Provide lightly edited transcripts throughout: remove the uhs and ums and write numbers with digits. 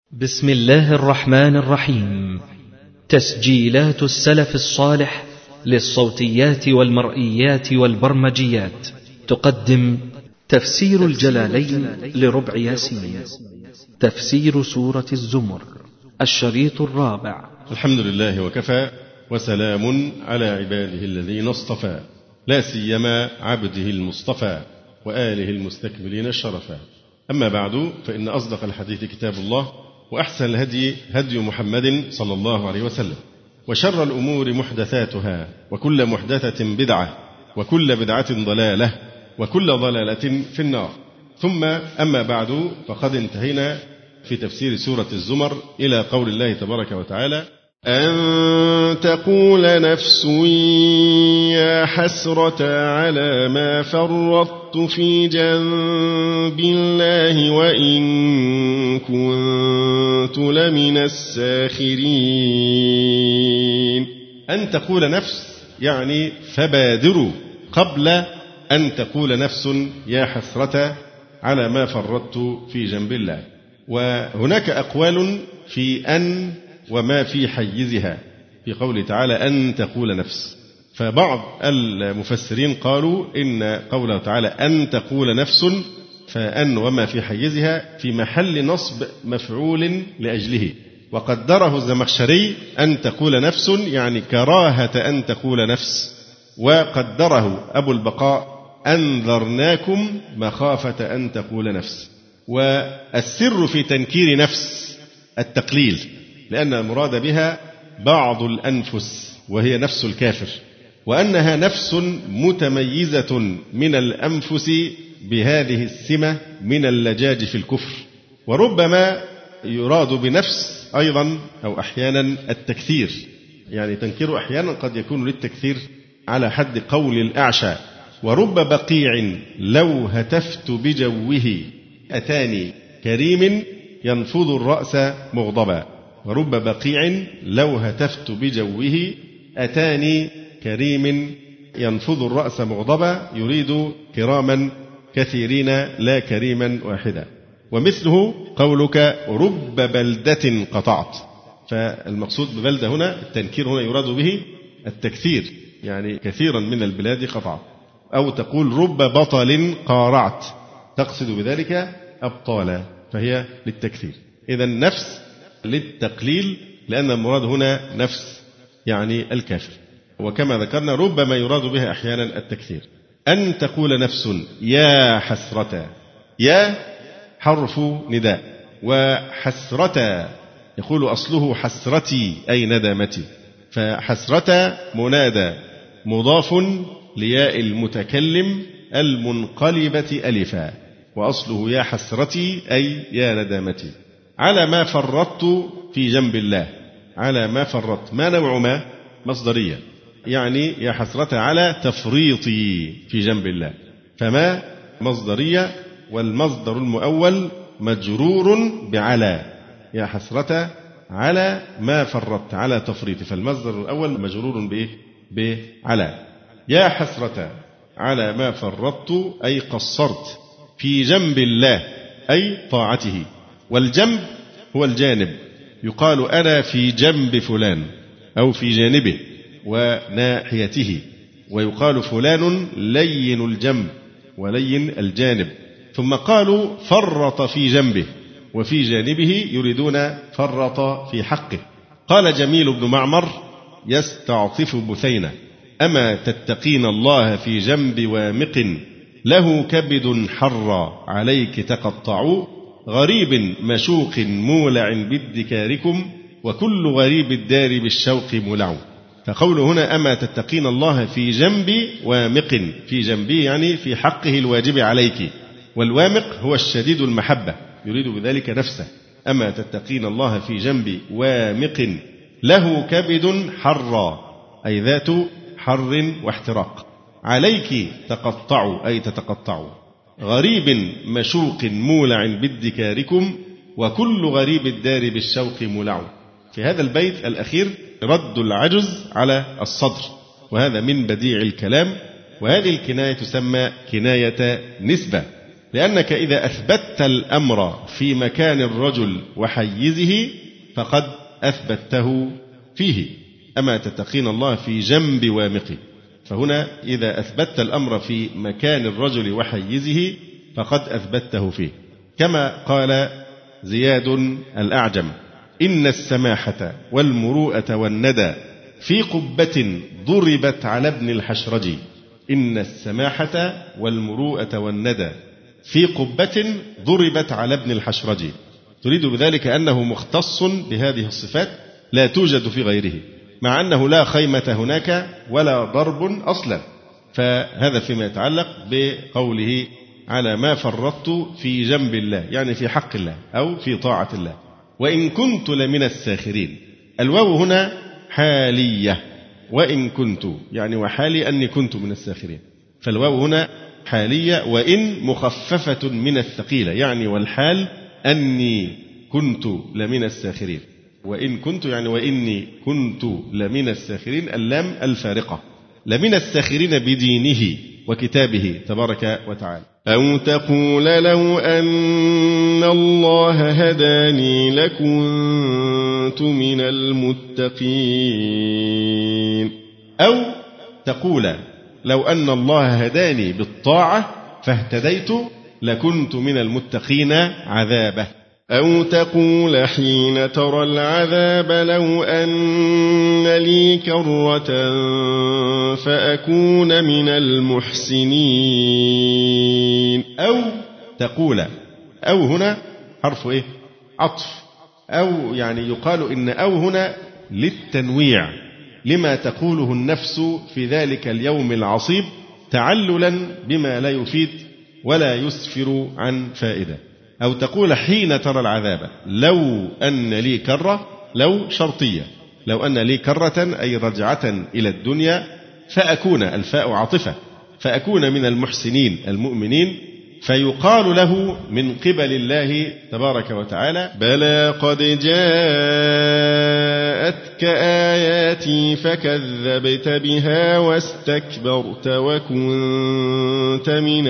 بسم الله الرحمن الرحيم. تسجيلات السلف الصالح للصوتيات والمرئيات والبرمجيات تقدم تفسير الجلالين لربع ياسين، تفسير سورة الزمر، الشريط الرابع. الحمد لله وكفى، وسلام على عباده الذين اصطفى، لا سيما عبده المصطفى وآله المستكملين الشرفا. أما بعد، فإن أصدق الحديث كتاب الله، وأحسن الهدي هدي محمد صلى الله عليه وسلم، وشر الأمور محدثاتها، وكل محدثة بدعة، وكل بدعة ضلالة، وكل ضلالة في النار. ثم أما بعد، فقد انتهينا في تفسير سورة الزمر إلى قول الله تبارك وتعالى: أن تقول نفس يا حسرة على ما فرطت في جنب الله وإن كنت لمن الساخرين. أن تقول نفس يعني فبادروا قبل أن تقول نفس يا حسرة على ما فرطت في جنب الله. وهناك أقوال في أن وما في حيزها في قوله تعالى أن تقول نفس. فبعض المفسرين قالوا إن قوله تعالى أن تقول نفس فأن وما في حيزها في محل نصب مفعول لأجله، وقدره الزمخشري أن تقول نفس يعني كراهة أن تقول نفس، وقدره أبو البقاء أنذرناكم مخافة أن تقول نفس. والسر في تنكير نفس التقليل، لأن المراد بها بعض الأنفس وهي نفس الكافر، وأنها نفس متميزة من الأنفس بهذه السمة من اللجاج في الكفر. وربما يراد بنفس أيضا أو أحيانا التكثير، يعني تنكير أحيانا قد يكون للتكثير على حد قول الأعشى: ورب بقيع لو هتفت بجوه أتاني كريم ينفض الرأس مغضبا. ورب بقيع لو هتفت بجوه أتاني كريم ينفض الرأس مغضبا، يريد كراما كثيرين لا كريما واحدا. ومثله قولك رب بلدة قطعت، فالمقصود ببلدة هنا التنكير، هنا يراد به التكثير، يعني كثيرا من البلاد قطعت. أو تقول رب بطل قارعت، تقصد بذلك أبطالا، فهي للتكثير. إذن نفس للتقليل، لأن المراد هنا نفس يعني الكافر. وكما ذكرنا ربما يراد بها أحيانا التكثير. أن تقول نفس يا حسرة، يا حرف نداء، وحسرة يقول أصله حسرتي أي ندامتي، فحسرة منادى مضاف لياء المتكلم المنقلبة ألفا، وأصله يا حسرتي أي يا ندامتي على ما فرطت في جنب الله. على ما فرطت، ما نوع ما؟ مصدرية، يعني يا حسرة على تفريطي في جنب الله، فما مصدرية، والمصدر المؤول مجرور بعلى. يا حسرة على ما فرطت، على تفريطي، فالمصدر الأول مجرور بإيه؟ بعلى. يا حسرة على ما فرطت أي قصرت في جنب الله أي طاعته. والجنب هو الجانب، يقال أنا في جنب فلان أو في جانبه وناحيته، ويقال فلان لين الجنب ولين الجانب. ثم قالوا فرط في جنبه وفي جانبه، يريدون فرط في حقه. قال جميل بن معمر يستعطف بثينة: أما تتقين الله في جنب وامق له كبد حر عليك تقطع، غريب مشوق مولع بادكاركم وكل غريب الدار بالشوق مولع. فقوله هنا أما تتقين الله في جنب وامق، في جنبه يعني في حقه الواجب عليك، والوامق هو الشديد المحبة، يريد بذلك نفسه. أما تتقين الله في جنب وامق له كبد حر أي ذات حر واحتراق، عليك تقطع أي تتقطع، غريب مشوق مولع بادكاركم وكل غريب الدار بالشوق مولع. في هذا البيت الأخير رد العجز على الصدر، وهذا من بديع الكلام، وهذه الكناية تسمى كناية نسبة، لأنك إذا أثبتت الأمر في مكان الرجل وحيزه فقد أثبته فيه. أما تتقين الله في جنب وامقه، فهنا إذا أثبتت الأمر في مكان الرجل وحيزه فقد أثبته فيه. كما قال زياد الأعجم: إن السماحة والمروءة والندى في قبة ضربت على ابن الحشرج. إن السماحة والمروءة والندى في قبة ضربت على ابن الحشرج، تريد بذلك أنه مختص بهذه الصفات لا توجد في غيره، مع أنه لا خيمة هناك ولا ضرب أصلا. فهذا فيما يتعلق بقوله على ما فرطت في جنب الله، يعني في حق الله أو في طاعة الله. وإن كنت لمن الساخرين، الواو هنا حالية، وإن كنت يعني وحالي أني كنت من الساخرين، فالواو هنا حالية، وإن مخففة من الثقيلة، يعني والحال أني كنت لمن الساخرين. وإن كنت يعني وإني كنت لمن الساخرين، اللام الفارقة، لمن الساخرين بدينه وكتابه تبارك وتعالى. أو تقول لو أن الله هداني لكنت من المتقين. أو تقول لو أن الله هداني بالطاعة فاهتديت لكنت من المتقين عذابه. أو تقول حين ترى العذاب لو أن لي كرة فأكون من المحسنين. أو تقول، أو هنا حرف إيه؟ عطف. أو يعني يقال إن أو هنا للتنويع لما تقوله النفس في ذلك اليوم العصيب، تعللا بما لا يفيد ولا يسفر عن فائدة. أو تقول حين ترى العذاب لو أن لي كرة، لو شرطية، لو أن لي كرة أي رجعة إلى الدنيا، فأكون، الفاء عاطفة، فأكون من المحسنين المؤمنين، فيقال له من قبل الله تبارك وتعالى: بلى قد جاءتك آياتي فكذبت بها واستكبرت وكنت من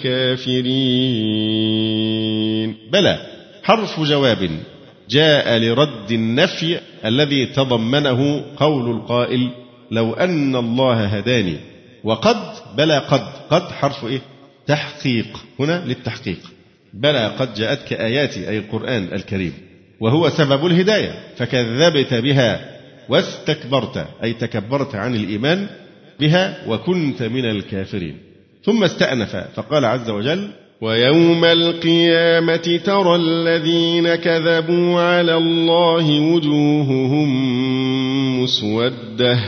الكافرين. بلى حرف جواب جاء لرد النفي الذي تضمنه قول القائل لو أن الله هداني. وقد، بلى قد حرف إيه؟ تحقيق، هنا للتحقيق. بلى قد جاءتك آياتي أي القرآن الكريم، وهو سبب الهداية، فكذبت بها واستكبرت أي تكبرت عن الإيمان بها وكنت من الكافرين. ثم استأنف فقال عز وجل: ويوم القيامة ترى الذين كذبوا على الله وجوههم مسودة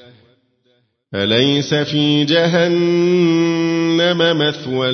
أليس في جهنم مثوى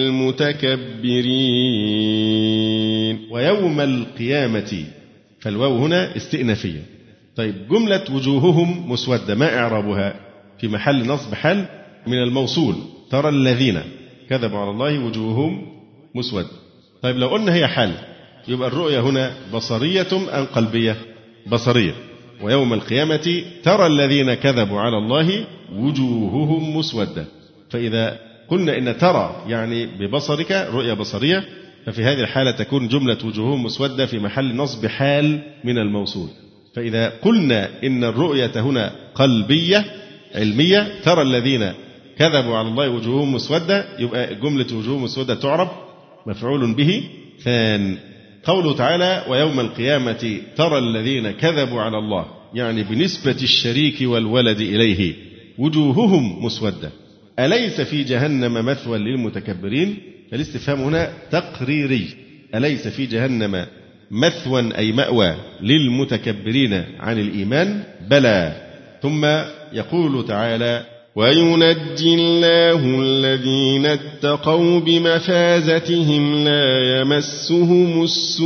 للمتكبرين. ويوم القيامة، فالواو هنا استئنافية. طيب، جملة وجوههم مسودة ما إعرابها؟ في محل نصب حال من الموصول، ترى الذين كذبوا على الله وجوههم مسودة. طيب لو قلنا هي حال، يبقى الرؤية هنا بصرية أم قلبية؟ بصرية. ويوم القيامة ترى الذين كذبوا على الله وجوههم مسودة. فإذا قلنا إن ترى يعني ببصرك رؤية بصرية، ففي هذه الحالة تكون جملة وجوههم مسودة في محل نصب حال من الموصول. فإذا قلنا إن الرؤية هنا قلبية علمية، ترى الذين كذبوا على الله وجوههم مسودة، يبقى جملة وجوههم مسودة تعرب مفعول به ثان. قوله تعالى: ويوم القيامة ترى الذين كذبوا على الله، يعني بنسبة الشريك والولد إليه، وجوههم مسودة أليس في جهنم مثوى للمتكبرين؟ الاستفهام هنا تقريري، أليس في جهنم مثوى أي مأوى للمتكبرين عن الإيمان؟ بلى. ثم يقول تعالى: وينجي الله الذين اتقوا بمفازتهم لا يمسهم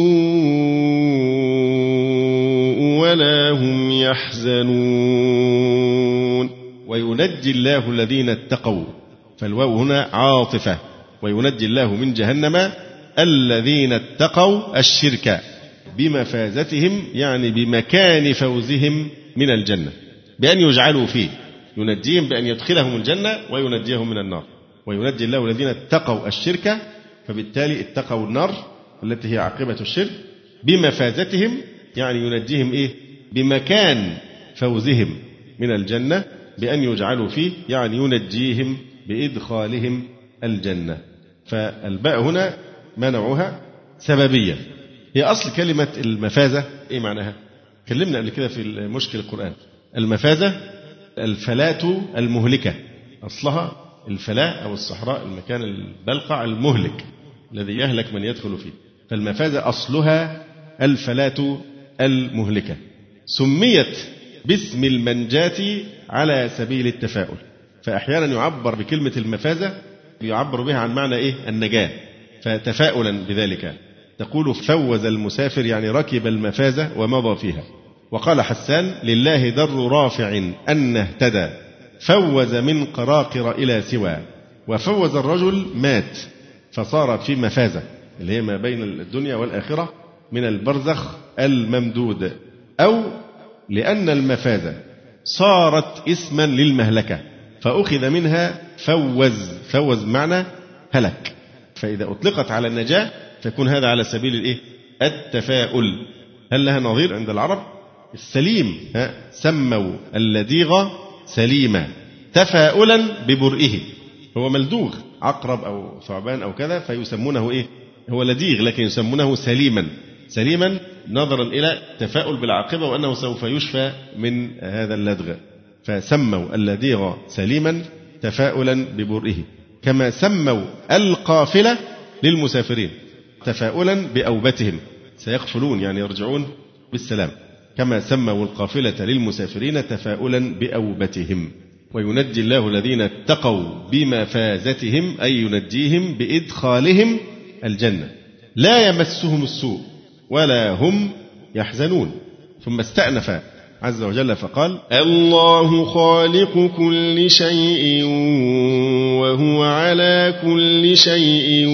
السوء ولا هم يحزنون. وينجي الله الذين اتقوا، فالواو هنا عاطفة، وينجي الله من جهنم الذين اتقوا الشرك بمفازتهم، يعني بمكان فوزهم من الجنة، بأن يجعلوا فيه، ينجيهم بأن يدخلهم الجنة وينجيهم من النار. وينجي الله الذين اتقوا الشرك فبالتالي اتقوا النار التي هي عاقبة الشرك بمفازتهم، يعني ينجيهم إيه؟ بمكان فوزهم من الجنة بأن يجعلوا فيه، يعني ينجيهم بإدخالهم الجنة. فالباء هنا ما نوعها؟ سببية. هي أصل كلمة المفازة إيه معناها؟ كلمنا قبل كده في مشكل القرآن. المفازة الفلاة المهلكة، أصلها الفلاة أو الصحراء، المكان البلقع المهلك الذي يهلك من يدخل فيه. فالمفازة أصلها الفلاة المهلكة، سميت باسم المنجاة على سبيل التفاؤل. فأحيانا يعبر بكلمة المفازة يعبر بها عن معنى إيه؟ النجاة، فتفاؤلا بذلك تقول فوز المسافر، يعني ركب المفازة ومضى فيها. وقال حسان لله در رافع أن اهتدى فوز من قراقر إلى سوى. وفوز الرجل مات فصار في مفازة اللي هي ما بين الدنيا والآخرة من البرزخ الممدود. أو لأن المفازة صارت اسما للمهلكة فأخذ منها فوز معنى هلك، فإذا أطلقت على النجاة فيكون هذا على سبيل الإيه؟ التفاؤل. هل لها نظير عند العرب؟ السليم سموا اللديغ سليما تفاؤلا ببرئه، هو ملدوغ عقرب أو ثعبان أو كذا فيسمونه إيه؟ هو لديغ لكن يسمونه سليما نظرا إلى تفاؤل بالعاقبة وأنه سوف يشفى من هذا اللدغ، فسموا اللديغ سليما تفاؤلا ببرئه. كما سموا القافلة للمسافرين تفاؤلا بأوبتهم، سيقفلون يعني يرجعون بالسلام. كما سموا القافلة للمسافرين تفاؤلا بأوبتهم. وينجي الله الذين اتقوا بمفازتهم أي ينجيهم بإدخالهم الجنة لا يمسهم السوء ولا هم يحزنون. ثم استأنف عز وجل فقال الله خالق كل شيء وهو على كل شيء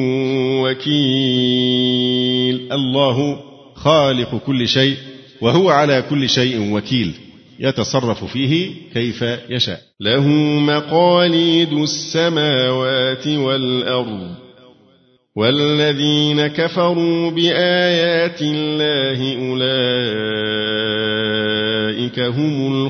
وكيل. الله خالق كل شيء وهو على كل شيء وكيل، يتصرف فيه كيف يشاء. له مقاليد السماوات والأرض والذين كفروا بآيات الله أولئك هم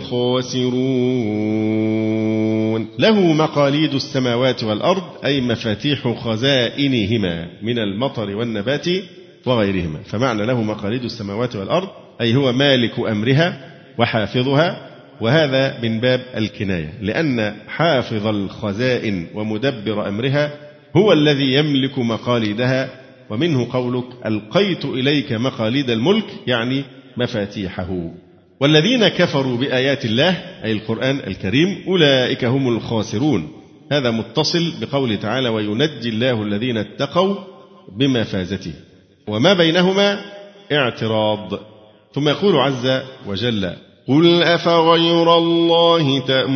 الخاسرون. له مقاليد السماوات والأرض أي مفاتيح خزائنهما من المطر والنبات وغيرهما. فمعنى له مقاليد السماوات والأرض أي هو مالك أمرها وحافظها، وهذا من باب الكناية، لأن حافظ الخزائن ومدبر أمرها هو الذي يملك مقاليدها. ومنه قولك ألقيت إليك مقاليد الملك يعني مفاتيحه. والذين كفروا بآيات الله أي القرآن الكريم أولئك هم الخاسرون. هذا متصل بقول تعالى وينجي الله الذين اتقوا بمفازته، وما بينهما اعتراض. ثم يقول عز وجل قل أفغير الله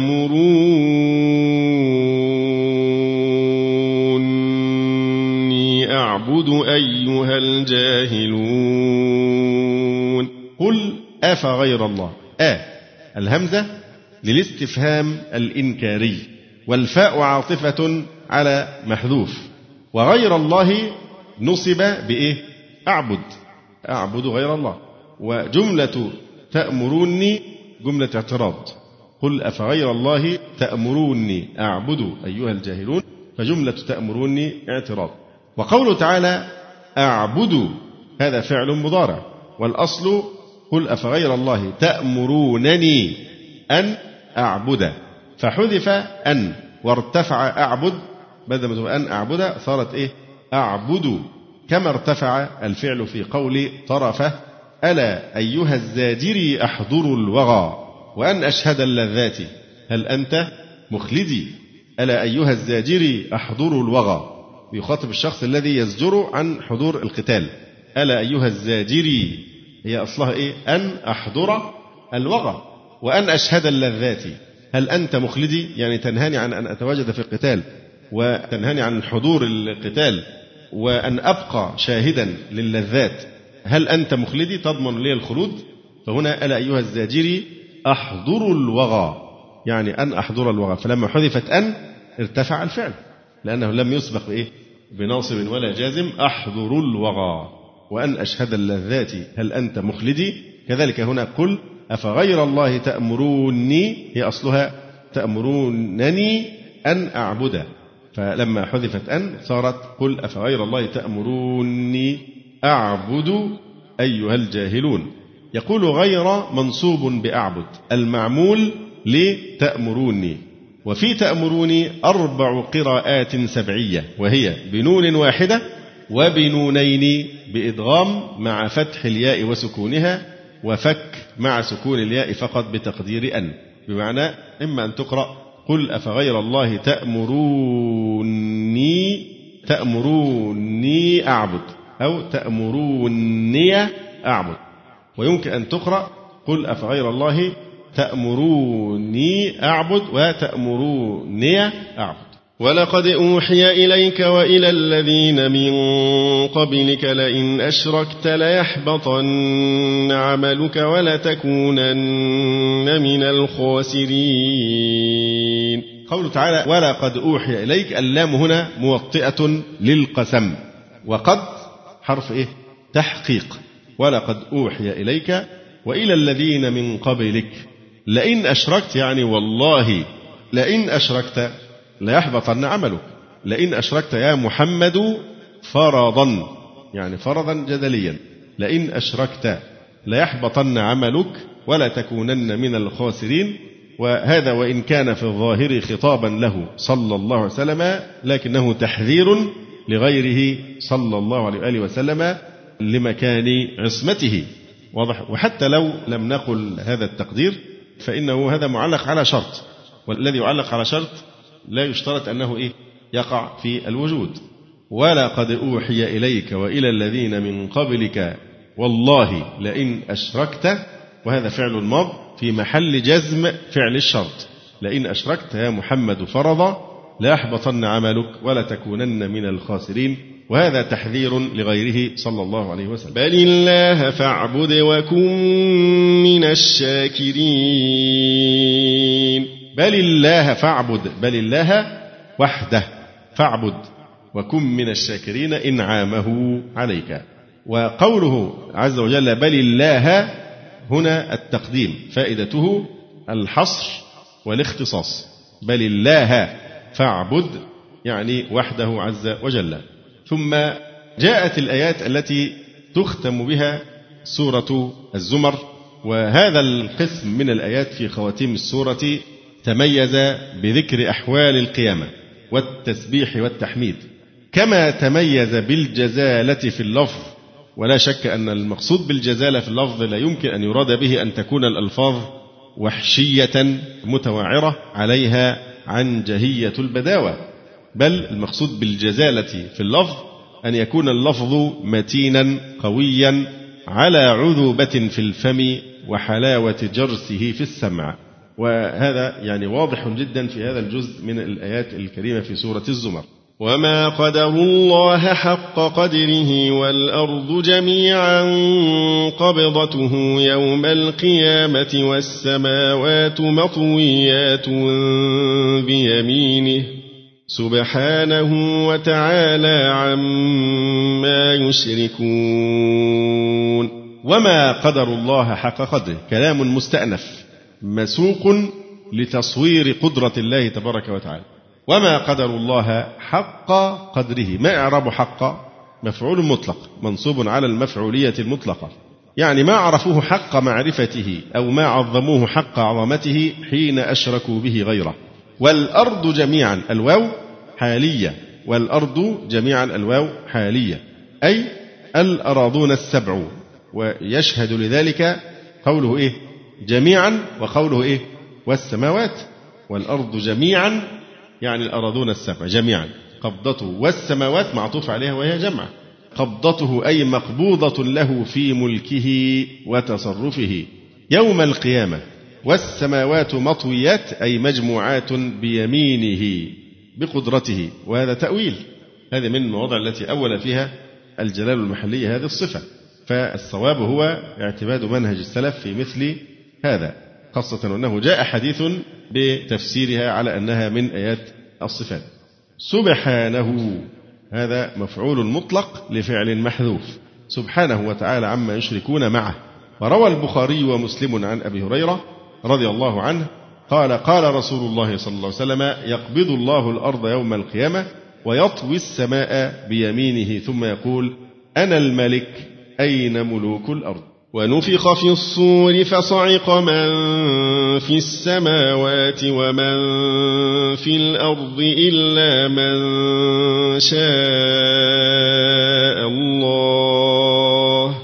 تأمروني أعبد أيها الجاهلون. قل أفغير الله، الهمزة للاستفهام الإنكاري، والفاء عاطفة على محذوف، وغير الله نصب بإيه؟ أعبد غير الله. وجملة تأمروني جملة اعتراض، قل أفغير الله تأمروني أعبد أيها الجاهلون، فجملة تأمروني اعتراض. وقوله تعالى أعبد هذا فعل مضارع، والأصل قل أفغير الله تأمرونني أن أعبد، فحذف أن وارتفع أعبد، بدل ما تقول أن أعبد صارت إيه؟ أعبد، كما ارتفع الفعل في قول طرفة ألا أيها الزاجري أحضروا الوغى وأن أشهد اللذات هل أنت مخلدي. ألا أيها الزاجري أحضروا الوغى، يخاطب الشخص الذي يزجر عن حضور القتال. ألا أيها الزاجري هي أصلها إيه؟ أن أحضر الوغى. وأن أشهد اللذات هل أنت مخلدي، يعني تنهاني عن أن أتواجد في القتال وتنهاني عن حضور القتال وأن أبقى شاهدا للذات، هل أنت مخلدي تضمن لي الخلود. فهنا ألا أيها الزاجري أحضروا الوغى، يعني أن أحضر الوغى، فلما حذفت أن ارتفع الفعل لأنه لم يسبق بإيه؟ بناصب ولا جازم أحضر الوغى وأن أشهد اللذات هل أنت مخلدي. كذلك هنا قل أفغير الله تأمروني، هي أصلها تأمرونني أن أعبد، فلما حذفت أن صارت قل أفغير الله تأمروني أعبد أيها الجاهلون. يقول غير منصوب بأعبد، المعمول لتأمروني. وفي تأمروني 4 قراءات سبعية، وهي بنون واحدة وبنونين بإدغام مع فتح الياء وسكونها، وفك مع سكون الياء فقط بتقدير أن، بمعنى إما أن تقرأ قل أفغير الله تأمروني أعبد، أو تأمروني أعبد. ويمكن أن تقرأ قل أفغير الله تأمروني أعبد وتأمروني أعبد. ولقد أوحي إليك وإلى الذين من قبلك لئن أشركت ليحبطن عملك ولتكونن من الخاسرين. قوله تعالى ولقد أوحي إليك، اللام هنا موطئة للقسم، وقد حرف تحقيق. ولقد أوحي إليك وإلى الذين من قبلك لئن أشركت، يعني والله لئن أشركت ليحبطن عملك. لئن أشركت يا محمد فرضا، يعني فرضا جدليا، لئن أشركت ليحبطن عملك ولا تكونن من الخاسرين. وهذا وإن كان في الظاهر خطابا له صلى الله عليه وسلم، لكنه تحذير لغيره صلى الله عليه وآله وسلم لمكان عصمته. واضح؟ وحتى لو لم نقل هذا التقدير فإنه هذا معلق على شرط، والذي يعلق على شرط لا يشترط أنه يقع في الوجود. ولقد أوحي إليك وإلى الذين من قبلك والله لئن أشركت، وهذا فعل ماض في محل جزم فعل الشرط. لئن أشركت يا محمد فرضا ليحبطن عملك ولا تكونن من الخاسرين، وهذا تحذير لغيره صلى الله عليه وسلم. بل الله فاعبد وكن من الشاكرين. بل الله فاعبد، بل الله وحده فاعبد وكن من الشاكرين إنعامه عليك. وقوله عز وجل بل الله هنا التقديم، فائدته الحصر والاختصاص. بل الله فاعبد يعني وحده عز وجل. ثم جاءت الآيات التي تختم بها سورة الزمر، وهذا القسم من الآيات في خواتيم السورة تميز بذكر أحوال القيامة والتسبيح والتحميد، كما تميز بالجزالة في اللفظ. ولا شك أن المقصود بالجزالة في اللفظ لا يمكن أن يراد به أن تكون الألفاظ وحشية متوعرة عليها عنجهية البداوة، بل المقصود بالجزالة في اللفظ أن يكون اللفظ متينا قويا على عذوبة في الفم وحلاوة جرسه في السمع. وهذا يعني واضح جدا في هذا الجزء من الآيات الكريمة في سورة الزمر. وما قدروا الله حق قدره والأرض جميعا قبضته يوم القيامة والسماوات مطويات بيمينه سبحانه وتعالى عما يشركون. وما قدر الله حق قدره كلام مستأنف مسوق لتصوير قدرة الله تبارك وتعالى. وما قدر الله حق قدره، ما إعراب حق؟ مفعول مطلق منصوب على المفعولية المطلقة، يعني ما عرفوه حق معرفته أو ما عظموه حق عظمته حين أشركوا به غيره. والأرض جميعا الواو حالية، والأرض جميعا الواو حالية، أي الأراضون السبع. ويشهد لذلك قوله جميعا، وقوله والسماوات. والأرض جميعا يعني الأراضون السبع جميعا، قبضته والسماوات معطوف عليها وهي جمع. قبضته أي مقبوضة له في ملكه وتصرفه يوم القيامة، والسماوات مطويات أي مجموعات بيمينه بقدرته. وهذا تأويل، هذه من المواضع التي أول فيها الجلال المحلي هذه الصفة. فالصواب هو اعتماد منهج السلف في مثل هذا، خاصة أنه جاء حديث بتفسيرها على أنها من آيات الصفات. سبحانه هذا مفعول مطلق لفعل محذوف سبحانه وتعالى عما يشركون معه. وروى البخاري ومسلم عن أبي هريرة رضي الله عنه قال قال رسول الله صلى الله عليه وسلم يقبض الله الأرض يوم القيامة ويطوي السماء بيمينه ثم يقول أنا الملك أين ملوك الأرض. ونفخ في الصور فصعق من في السماوات ومن في الأرض إلا من شاء الله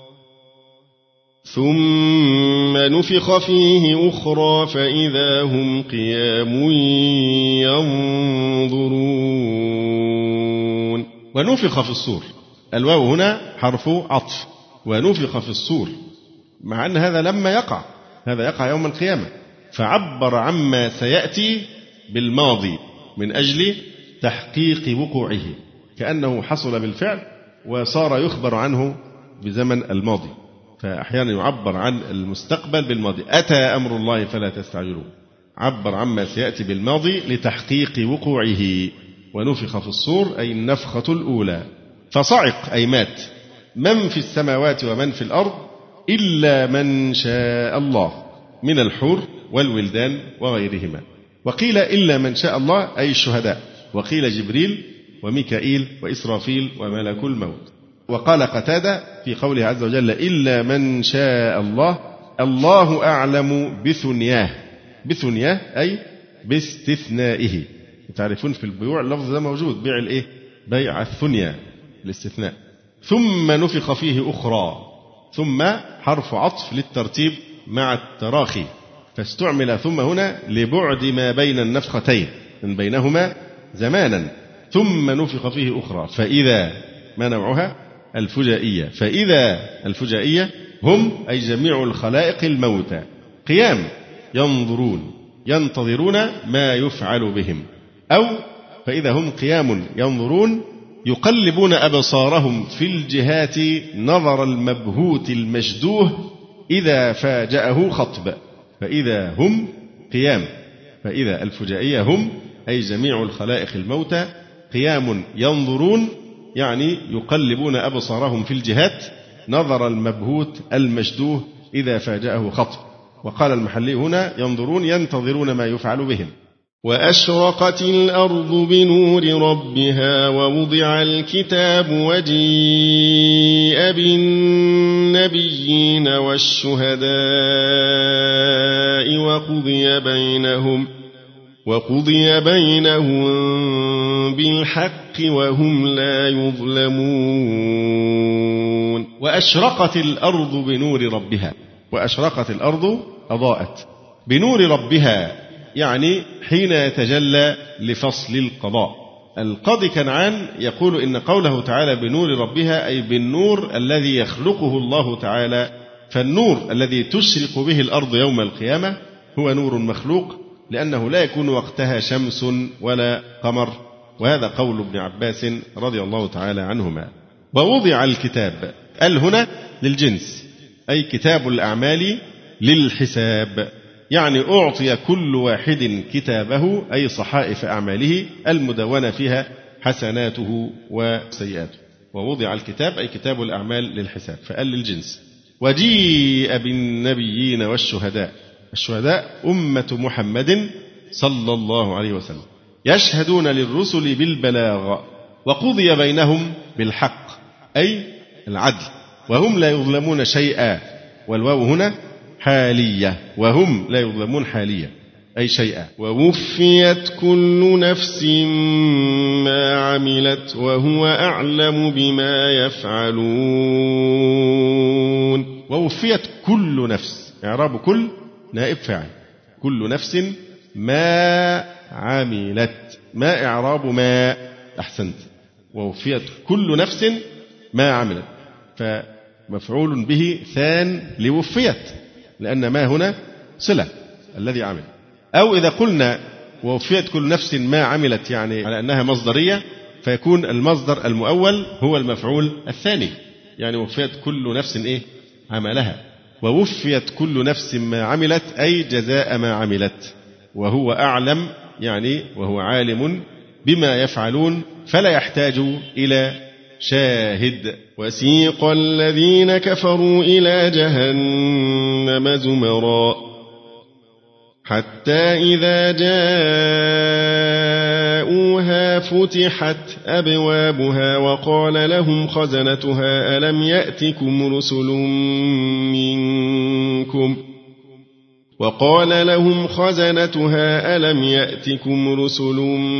ثم نفخ فيه أخرى فإذا هم قيام ينظرون. ونفخ في الصور، الواو هنا حرف عطف، ونفخ في الصور، مع أن هذا لما يقع، هذا يقع يوم القيامة، فعبر عما سيأتي بالماضي من أجل تحقيق وقوعه، كأنه حصل بالفعل وصار يخبر عنه بزمن الماضي. فأحيانا يعبر عن المستقبل بالماضي، أتى أمر الله فلا تستعجلوه، عبر عما سيأتي بالماضي لتحقيق وقوعه. ونفخ في الصور أي النفخة الأولى. فصعق أي مات من في السماوات ومن في الأرض إلا من شاء الله من الحور والولدان وغيرهما. وقيل إلا من شاء الله أي الشهداء، وقيل جبريل وميكائيل وإسرافيل وملك الموت. وقال قتادة في قوله عز وجل إلا من شاء الله الله أعلم بثنياه، بثنياه أي باستثنائه. تعرفون في البيوع اللفظ ده موجود، بيع الإيه؟ بيع الثنيا، الاستثناء. ثم نفخ فيه أخرى، ثم حرف عطف للترتيب مع التراخي، فاستعمل ثم هنا لبعد ما بين النفختين من بينهما زمانا. ثم نفخ فيه أخرى فإذا، ما نوعها؟ الفجائية. فإذا الفجائية هم أي جميع الخلائق الموتى قيام ينظرون ينتظرون ما يفعل بهم، أو فإذا هم قيام ينظرون يقلبون أبصارهم في الجهات نظر المبهوت المشدوه إذا فاجأه خطب. فإذا هم قيام، فإذا الفجائية هم أي جميع الخلائق الموتى قيام ينظرون، يعني يقلبون أبصارهم في الجهات نظر المبهوت المشدوه إذا فاجأه خطب. وقال المحلي هنا ينظرون ينتظرون ما يفعل بهم. وأشرقت الأرض بنور ربها ووضع الكتاب وجيء بالنبيين والشهداء وقضي بينهم بالحق وهم لا يظلمون. وأشرقت الأرض بنور ربها، وأشرقت الأرض أضاءت بنور ربها، يعني حين يتجلى لفصل القضاء. القاضي كنعان يقول إن قوله تعالى بنور ربها أي بالنور الذي يخلقه الله تعالى، فالنور الذي تشرق به الأرض يوم القيامة هو نور مخلوق، لأنه لا يكون وقتها شمس ولا قمر. وهذا قول ابن عباس رضي الله تعالى عنهما. ووضع الكتاب، هنا للجنس أي كتاب الأعمال للحساب، يعني أعطي كل واحد كتابه أي صحائف أعماله المدونة فيها حسناته وسيئاته. ووضع الكتاب أي كتاب الأعمال للحساب، فقال للجنس. وجيء بالنبيين والشهداء، الشهداء أمة محمد صلى الله عليه وسلم يشهدون للرسل بالبلاغ. وقضي بينهم بالحق أي العدل، وهم لا يظلمون شيئا، والواو هنا حالية، وهم لا يظلمون حالية أي شيئا. ووفيت كل نفس ما عملت وهو أعلم بما يفعلون. ووفيت كل نفس، إعراب كل نائب فاعل، كل نفس ما عملت، ما إعراب ما؟ أحسنت، ووفيت كل نفس ما عملت، فمفعول به ثان لوفيت، لأن ما هنا صلة الذي عمل. أو إذا قلنا ووفيت كل نفس ما عملت يعني على أنها مصدرية، فيكون المصدر المؤول هو المفعول الثاني، يعني وفيت كل نفس إيه؟ عملها. ووفيت كل نفس ما عملت أي جزاء ما عملت، وهو أعلم يعني وهو عالم بما يفعلون فلا يحتاج إلى شاهد. وسيق الذين كفروا إلى جهنم زمرا حتى إذا جاءوها فتحت أبوابها وقال لهم خزنتها ألم يأتكم رسل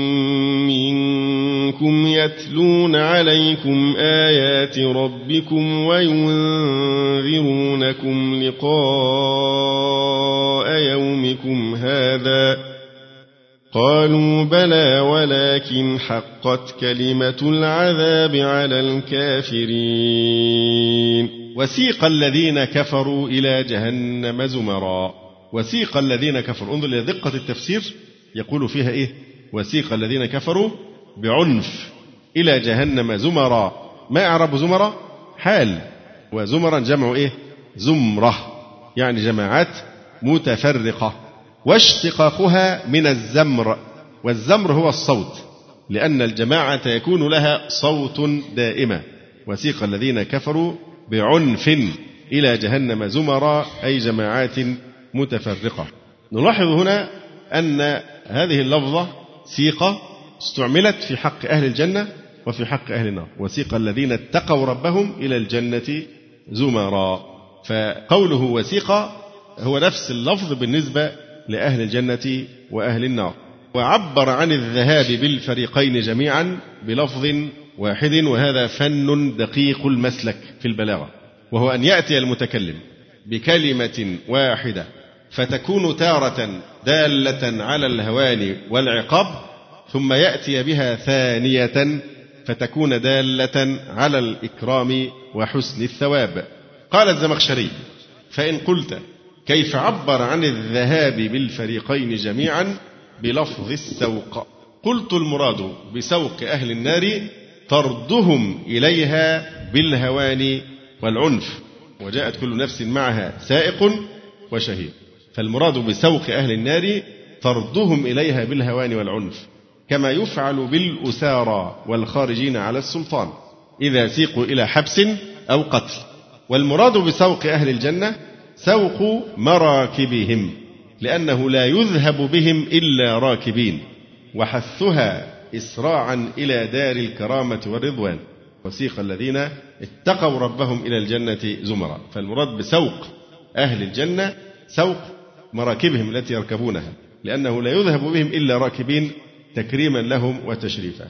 منكم يتلون عليكم آيات ربكم وينذرونكم لقاء يومكم هذا قالوا بلى ولكن حقت كلمة العذاب على الكافرين. وسيق الذين كفروا إلى جهنم زمرا. وسيق الذين كفروا، انظر إلى دقة التفسير، يقول فيها إيه؟ وسيق الذين كفروا بعنف إلى جهنم زمرا. ما إعراب زمرا؟ حال. وزمرا جمع إيه؟ زمرة، يعني جماعات متفرقة. واشتقاقها من الزمر، والزمر هو الصوت، لأن الجماعة يكون لها صوت دائما. وسيق الذين كفروا بعنف إلى جهنم زمرا، أي جماعات متفرقة. نلاحظ هنا أن هذه اللفظة سيقة استعملت في حق أهل الجنة وفي حق أهل النار. وسيق الذين اتقوا ربهم إلى الجنة زمرا، فقوله وسيق هو نفس اللفظ بالنسبة لأهل الجنة وأهل النار. وعبر عن الذهاب بالفريقين جميعا بلفظ واحد، وهذا فن دقيق المسلك في البلاغة، وهو أن يأتي المتكلم بكلمة واحدة فتكون تارة دالة على الهوان والعقاب، ثم يأتي بها ثانية فتكون دالة على الإكرام وحسن الثواب. قال الزمخشري: فإن قلت كيف عبر عن الذهاب بالفريقين جميعا بلفظ السوق؟ قلت: المراد بسوق أهل النار طردهم إليها بالهوان والعنف، وجاءت كل نفس معها سائق وشهيد. فالمراد بسوق أهل النار طردهم إليها بالهوان والعنف، كما يفعل بالأسارى والخارجين على السلطان إذا سيقوا إلى حبس أو قتل. والمراد بسوق أهل الجنة سوق مراكبهم، لأنه لا يذهب بهم إلا راكبين، وحثها إسراعا إلى دار الكرامة والرضوان. وسيق الذين اتقوا ربهم إلى الجنة زمرا. فالمراد بسوق أهل الجنة سوق مراكبهم التي يركبونها، لأنه لا يذهب بهم إلا راكبين تكريما لهم وتشريفا.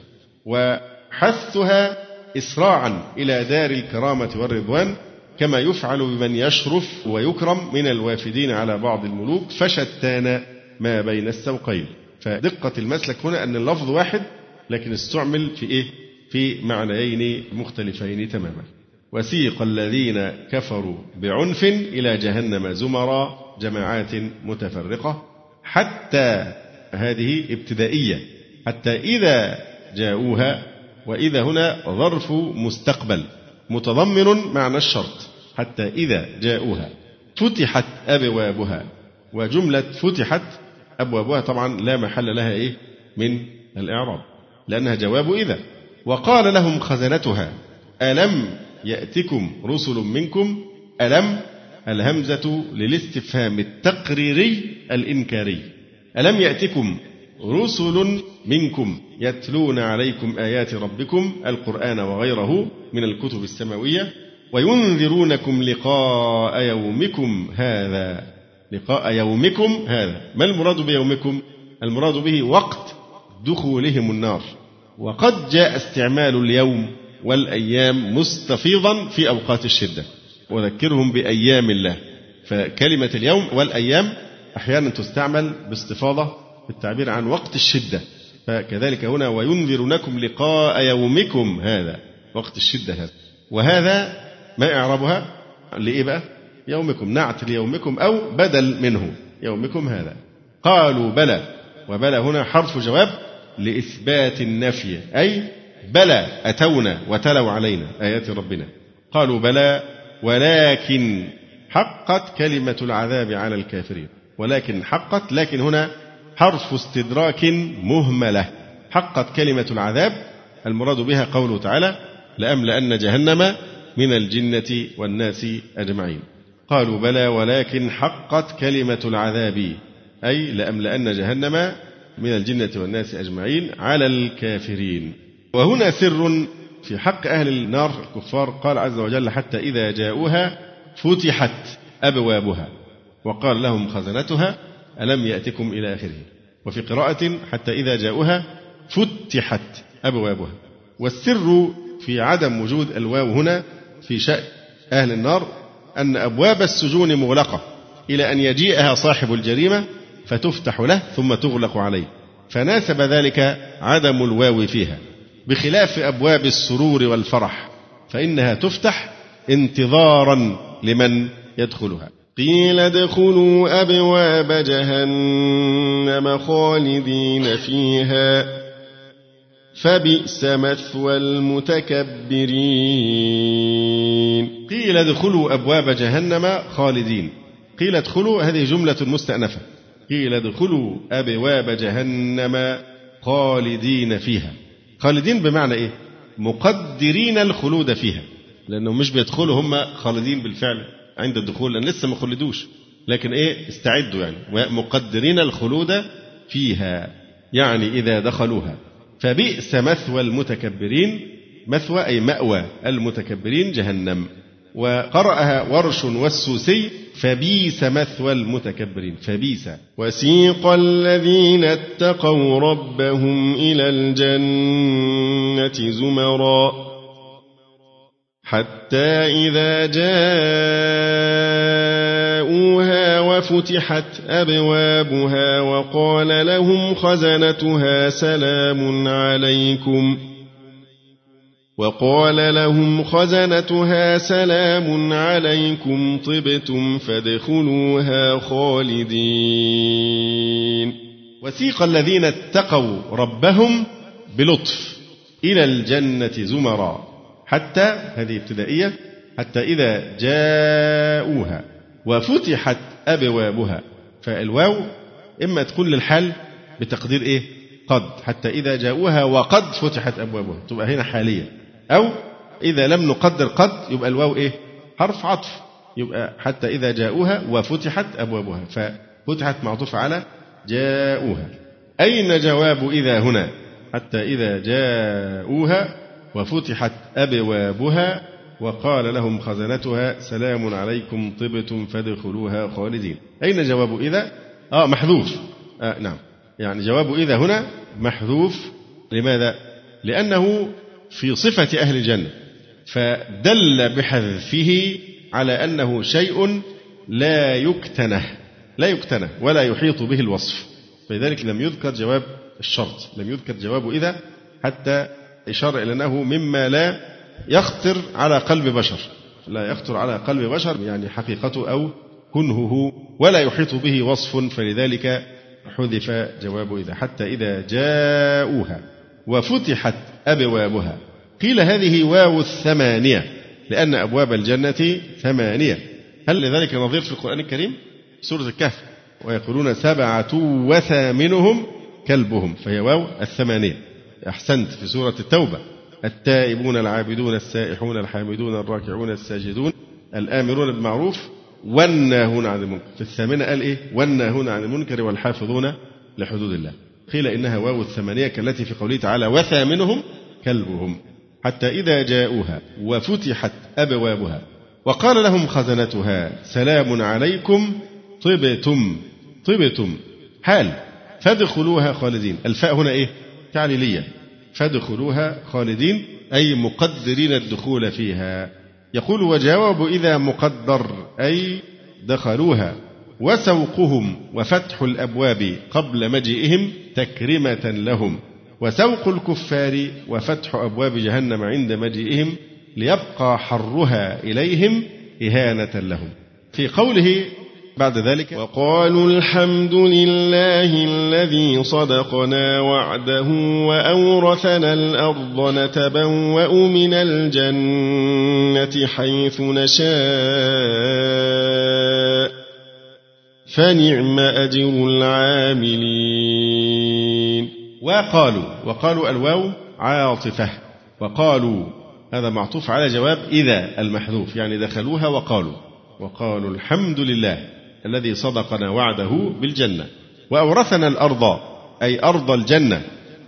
وحثها إسراعا إلى دار الكرامة والرضوان، كما يفعل بمن يشرف ويكرم من الوافدين على بعض الملوك، فشتان ما بين السوقين. فدقة المسلك هنا أن اللفظ واحد لكن استعمل في إيه؟ في معنيين مختلفين تماما. وسيق الذين كفروا بعنف إلى جهنم زمرا، جماعات متفرقة، حتى هذه ابتدائية، حتى إذا جاءوها. وإذا هنا ظرف مستقبل متضمن معنى الشرط، حتى إذا جاءوها فتحت أبوابها. وجملة فتحت أبوابها طبعا لا محل لها إيه من الإعراب، لأنها جواب إذا. وقال لهم خزنتها ألم يأتكم رسل منكم. ألم الهمزة للاستفهام التقريري الإنكاري. ألم يأتكم رسل منكم يتلون عليكم آيات ربكم القرآن وغيره من الكتب السماوية وينذرونكم لقاء يومكم هذا. لقاء يومكم هذا، ما المراد بيومكم؟ المراد به وقت دخولهم النار. وقد جاء استعمال اليوم والأيام مستفيضا في أوقات الشدة، وذكرهم بأيام الله. فكلمة اليوم والأيام أحيانا تستعمل باستفاضة في التعبير عن وقت الشدة، فكذلك هنا وينذرونكم لقاء يومكم هذا، وقت الشدة هذا. وهذا ما إعرابها لإيه بقى؟ يومكم، نعت ليومكم أو بدل منه يومكم هذا. قالوا بلى، وبلى هنا حرف جواب لإثبات النفي، أي بلى أتونا وتلوا علينا آيات ربنا. قالوا بلى ولكن حقت كلمة العذاب على الكافرين. ولكن حقت، لكن هنا حرف استدراك مهملة، حقت كلمة العذاب المراد بها قوله تعالى لأملأن جهنم من الجنة والناس أجمعين. قالوا بلى ولكن حقت كلمة العذاب أي لأملأن جهنم من الجنة والناس أجمعين على الكافرين. وهنا سر في حق أهل النار الكفار. قال عز وجل حتى إذا جاءوها فتحت أبوابها وقال لهم خزنتها ألم يأتكم إلى آخره. وفي قراءة حتى إذا جاءوها فتحت أبوابها. والسر في عدم وجود الواو هنا في شأن أهل النار أن أبواب السجون مغلقة إلى أن يجيئها صاحب الجريمة فتفتح له ثم تغلق عليه، فناسب ذلك عدم الواو فيها، بخلاف أبواب السرور والفرح فإنها تفتح انتظارا لمن يدخلها. قيل ادخلوا أبواب جهنم خالدين فيها فبئس مثوى المتكبرين. قيل ادخلوا أبواب جهنم خالدين. قيل ادخلوا هذه جملة مستأنفة. قيل ادخلوا أبواب جهنم خالدين فيها. خالدين بمعنى إيه؟ مقدرين الخلود فيها، لأنهم مش بيدخلوا هم خالدين بالفعل عند الدخول لأن لسه ما خلدوش، لكن إيه استعدوا يعني مقدرين الخلود فيها يعني إذا دخلوها. فبئس مثوى المتكبرين. مثوى أي مأوى المتكبرين جهنم. وقرأها ورش والسوسي فبئس مثوى المتكبرين. فبئس. وسيق الذين اتقوا ربهم إلى الجنة زمرا حتى إذا جاءوها وفتحت أبوابها وقال لهم خزنتها سلام عليكم طبتم فادخلوها خالدين. وسيق الذين اتقوا ربهم بلطف إلى الجنة زمرا حتى هذه ابتدائية حتى إذا جاءوها وفتحت أبوابها. فالواو إما تكون للحال بتقدير إيه قد حتى إذا جاءوها وقد فتحت أبوابها تبقى هنا حالية، أو إذا لم نقدر قد يبقى الواو إيه حرف عطف يبقى حتى إذا جاءوها وفتحت أبوابها. ففتحت معطوف على جاءوها. أين جواب إذا هنا؟ حتى إذا جاءوها وفتحت أبوابها وقال لهم خزنتها سلام عليكم طبتم فادخلوها خالدين. أين جواب إذا؟ محذوف. نعم، يعني جواب إذا هنا محذوف. لماذا؟ لأنه في صفة أهل الجنة، فدل بحذفه على أنه شيء لا يكتنه ولا يحيط به الوصف، فلذلك لم يذكر جواب الشرط، لم يذكر جواب إذا حتى إشارة إلى أنه مما لا يخطر على قلب بشر، لا يخطر على قلب بشر يعني حقيقته أو كنهه ولا يحيط به وصف، فلذلك حذف جواب إذا حتى إذا جاءوها وفتحت أبوابها. قيل هذه واو الثمانية لأن أبواب الجنة 8. هل لذلك نظير في القرآن الكريم؟ سورة الكهف ويقولون 7 وثامنهم كلبهم، فهي واو 8. أحسنت. في سورة التوبة التائبون العابدون السائحون الحامدون الراكعون الساجدون الآمرون بالمعروف والناهون عن المنكر. في 8 قال إيه؟ والناهون عن المنكر والحافظون لحدود الله. قيل إنها واو 8 كالتي في قوله تعالى وثامنهم كلبهم. حتى إذا جاءوها وفتحت أبوابها وقال لهم خزنتها سلام عليكم طبتم حال فادخلوها خالدين. الفاء هنا إيه؟ تعليلية. فادخلوها خالدين أي مقدرين الدخول فيها. يقول وجواب إذا مقدر أي دخلوها. وسوقهم وفتح الأبواب قبل مجيئهم تكرمة لهم، وسوق الكفار وفتح أبواب جهنم عند مجيئهم ليبقى حرها إليهم إهانة لهم. في قوله بعد ذلك وقالوا الحمد لله الذي صدقنا وعده وأورثنا الأرض نتبوأ من الجنة حيث نشاء فنعم أجر العاملين. وقالوا الواو عاطفة، وقالوا هذا معطوف على جواب إذا المحذوف، يعني دخلوها وقالوا الحمد لله الذي صدقنا وعده بالجنة وأورثنا الأرض، أي أرض الجنة،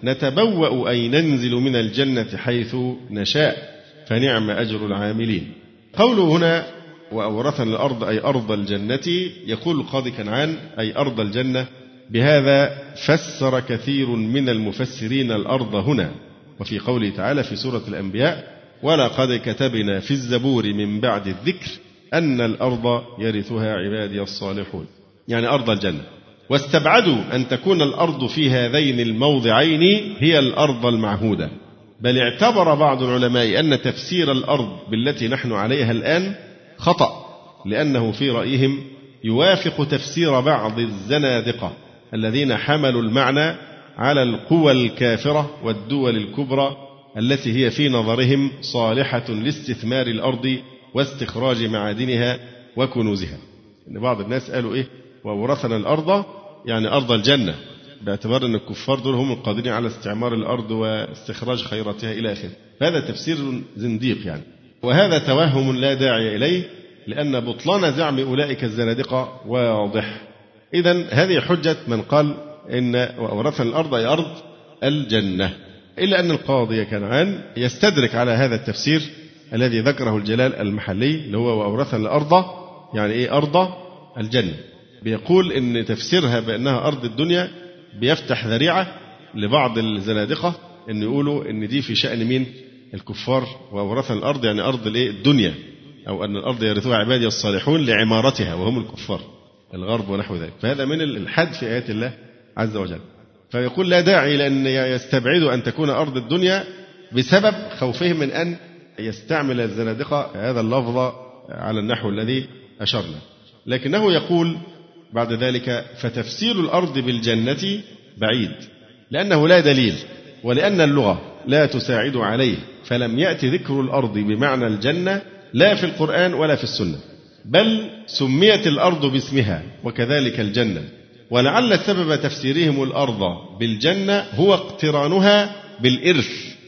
نتبوأ أي ننزل من الجنة حيث نشاء فنعم أجر العاملين. قوله هنا وأورثنا الأرض أي أرض الجنة، يقول القاضي كنعان أي أرض الجنة. بهذا فسر كثير من المفسرين الأرض هنا. وفي قوله تعالى في سورة الأنبياء ولقد كتبنا في الزبور من بعد الذكر أن الأرض يرثها عبادي الصالحون، يعني أرض الجنة. واستبعدوا أن تكون الأرض في هذين الموضعين هي الأرض المعهودة، بل اعتبر بعض العلماء أن تفسير الأرض بالتي نحن عليها الآن خطأ، لأنه في رأيهم يوافق تفسير بعض الزنادقة الذين حملوا المعنى على القوى الكافرة والدول الكبرى التي هي في نظرهم صالحة لاستثمار الأرض واستخراج معادنها وكنوزها. إن بعض الناس قالوا وورثنا الأرض يعني أرض الجنة، باعتبار أن الكفار دول هم القادرين على استعمار الأرض واستخراج خيراتها إلى آخره. هذا تفسير زنديق يعني، وهذا توهم لا داعي إليه، لأن بطلان زعم أولئك الزنادقة واضح. إذن هذه حجة من قال إن وورثنا الأرض أي أرض الجنة، إلا أن القاضي كنعان يستدرك على هذا التفسير الذي ذكره الجلال المحلي اللي هو وأورثنا الأرض يعني أرض الجنة. بيقول إن تفسيرها بأنها أرض الدنيا بيفتح ذريعة لبعض الزنادقة إن يقولوا إن دي في شأن مين؟ الكفار، وأورثنا الأرض يعني أرض الدنيا، أو أن الأرض يرثوها عبادي الصالحون لعمارتها وهم الكفار الغرب ونحو ذلك. فهذا من الإلحاد في آيات الله عز وجل. فيقول لا داعي لأن يستبعدوا أن تكون أرض الدنيا بسبب خوفهم من أن يستعمل الزنادقة هذا اللفظ على النحو الذي أشرنا. لكنه يقول بعد ذلك فتفسير الأرض بالجنة بعيد، لأنه لا دليل، ولأن اللغة لا تساعد عليه، فلم يأتي ذكر الأرض بمعنى الجنة لا في القرآن ولا في السنة، بل سميت الأرض باسمها وكذلك الجنة. ولعل سبب تفسيرهم الأرض بالجنة هو اقترانها بالإرث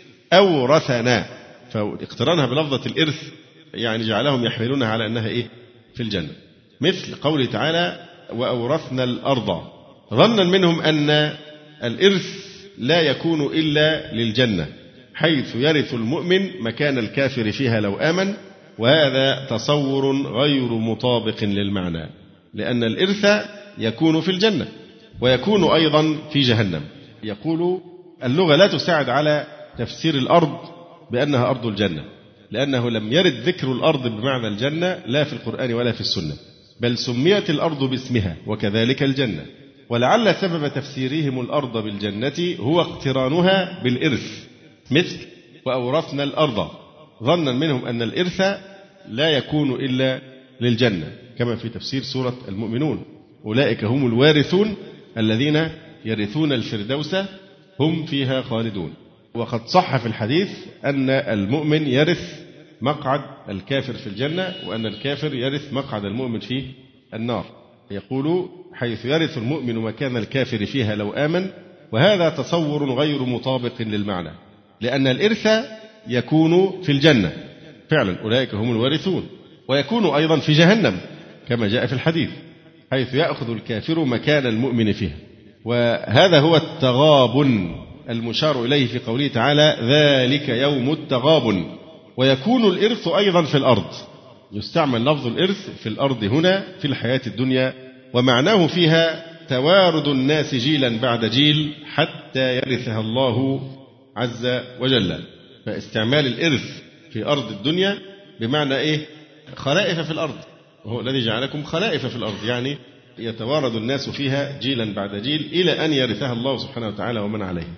أورثنا، فاقترانها بلفظة الإرث يعني جعلهم يحملونها على أنها في الجنة، مثل قوله تعالى وأورثنا الأرض، ظنا منهم أن الإرث لا يكون إلا للجنة، حيث يرث المؤمن مكان الكافر فيها لو آمن، وهذا تصور غير مطابق للمعنى، لأن الإرث يكون في الجنة ويكون أيضا في جهنم. يقول اللغة لا تساعد على تفسير الأرض بأنها أرض الجنة، لأنه لم يرد ذكر الأرض بمعنى الجنة لا في القرآن ولا في السنة، بل سميت الأرض باسمها وكذلك الجنة. ولعل سبب تفسيرهم الأرض بالجنة هو اقترانها بالإرث، مثل وأورثنا الأرض، ظنا منهم أن الإرث لا يكون إلا للجنة، كما في تفسير سورة المؤمنون أولئك هم الوارثون الذين يرثون الفردوس هم فيها خالدون. وقد صح في الحديث أن المؤمن يرث مقعد الكافر في الجنة، وأن الكافر يرث مقعد المؤمن في النار. يقول حيث يرث المؤمن مكان الكافر فيها لو آمن، وهذا تصور غير مطابق للمعنى، لأن الإرث يكون في الجنة فعلا أولئك هم الوارثون، ويكون أيضا في جهنم كما جاء في الحديث، حيث يأخذ الكافر مكان المؤمن فيها. وهذا هو التغابن المشار إليه في قوله تعالى ذلك يوم التغابن. ويكون الإرث أيضا في الأرض، يستعمل لفظ الإرث في الأرض هنا في الحياة الدنيا، ومعناه فيها توارد الناس جيلا بعد جيل حتى يرثها الله عز وجل. فاستعمال الإرث في أرض الدنيا بمعنى خلائف في الأرض، وهو الذي جعلكم خلائف في الأرض، يعني يتوارد الناس فيها جيلا بعد جيل إلى أن يرثها الله سبحانه وتعالى ومن عليه.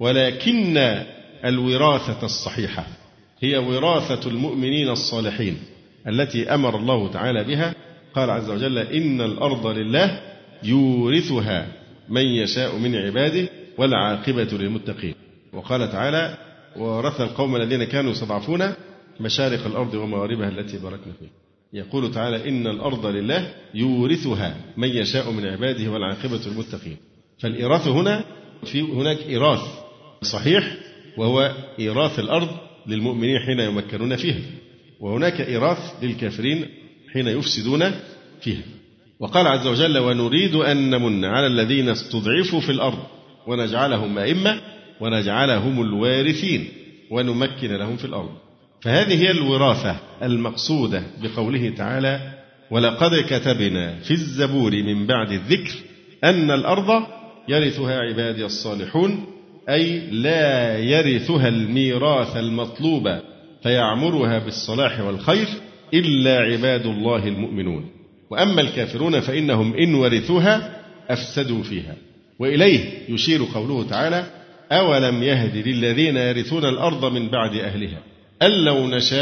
ولكن الوراثة الصحيحة هي وراثة المؤمنين الصالحين التي أمر الله تعالى بها. قال عز وجل إن الأرض لله يورثها من يشاء من عباده والعاقبة للمتقين. وقال تعالى وورثنا القوم الذين كانوا يستضعفون مشارق الأرض ومغاربها التي باركنا فيها. يقول تعالى إن الأرض لله يورثها من يشاء من عباده والعاقبة للمتقين. فالإراثة هنا في هناك إيراث صحيح، وهو إيراث الأرض للمؤمنين حين يمكنون فيها، وهناك إيراث للكافرين حين يفسدون فيها. وقال عز وجل: ونريد أن نمن على الذين استضعفوا في الأرض ونجعلهم أئمة ونجعلهم الوارثين ونمكن لهم في الأرض. فهذه هي الوراثة المقصودة بقوله تعالى: ولقد كتبنا في الزبور من بعد الذكر أن الأرض يرثها عبادي الصالحون، أي لا يرثها الميراث المطلوب فيعمرها بالصلاح والخير إلا عباد الله المؤمنون، وأما الكافرون فإنهم إن ورثوها أفسدوا فيها. وإليه يشير قوله تعالى: أولم يهد للذين يرثون الأرض من بعد أهلها أن لو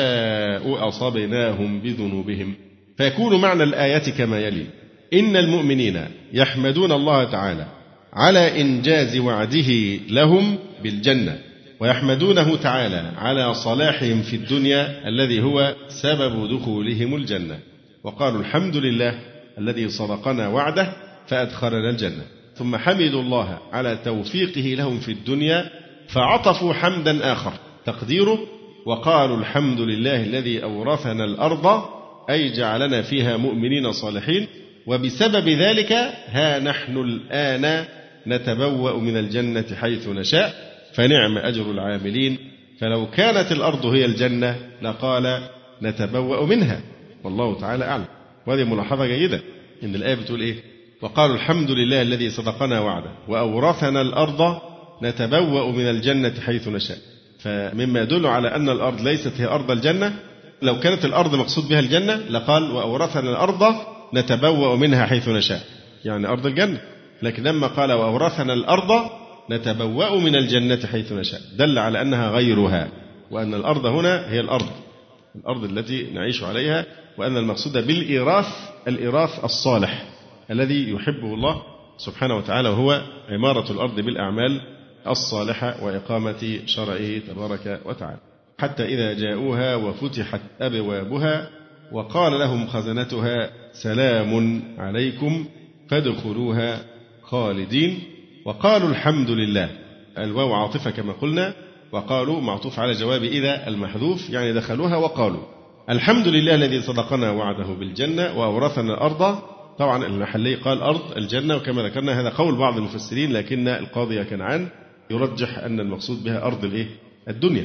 نشاء أصبناهم بذنوبهم. فيكون معنى الآية كما يلي: إن المؤمنين يحمدون الله تعالى على إنجاز وعده لهم بالجنة، ويحمدونه تعالى على صلاحهم في الدنيا الذي هو سبب دخولهم الجنة، وقالوا الحمد لله الذي صدقنا وعده فأدخلنا الجنة. ثم حمدوا الله على توفيقه لهم في الدنيا، فعطفوا حمدا آخر تقديره: وقالوا الحمد لله الذي أورثنا الأرض، أي جعلنا فيها مؤمنين صالحين، وبسبب ذلك ها نحن الآن نتبوأ من الجنة حيث نشاء فنعم أجر العاملين. فلو كانت الأرض هي الجنة لقال نتبوأ منها، والله تعالى أعلم. وهذه ملاحظة جيدة إن الآية بتقول إيه؟ وقالوا الحمد لله الذي صدقنا وعده وأورثنا الأرض نتبوأ من الجنة حيث نشاء. فمما يدل على أن الأرض ليست هي أرض الجنة. لو كانت الأرض مقصود بها الجنة لقال وأورثنا الأرض نتبوأ منها حيث نشاء، يعني أرض الجنة. لكن لما قال وأورثنا الأرض نتبوأ من الجنة حيث نشاء دل على أنها غيرها، وأن الأرض هنا هي الأرض التي نعيش عليها، وأن المقصود بالإيراث الإيراث الصالح الذي يحبه الله سبحانه وتعالى، وهو عمارة الأرض بالأعمال الصالحة وإقامة شرعه تبارك وتعالى. حتى إذا جاءوها وفتحت أبوابها وقال لهم خزنتها سلام عليكم فادخلوها خالدين، وقالوا الحمد لله. الواو عاطفة كما قلنا، وقالوا معطوف على جواب إذا المحذوف، يعني دخلوها وقالوا الحمد لله الذي صدقنا وعده بالجنة وأورثنا الأرض. طبعا المحلي قال أرض الجنة، وكما ذكرنا هذا قول بعض المفسرين، لكن القاضي كنعان يرجح أن المقصود بها أرض الدنيا.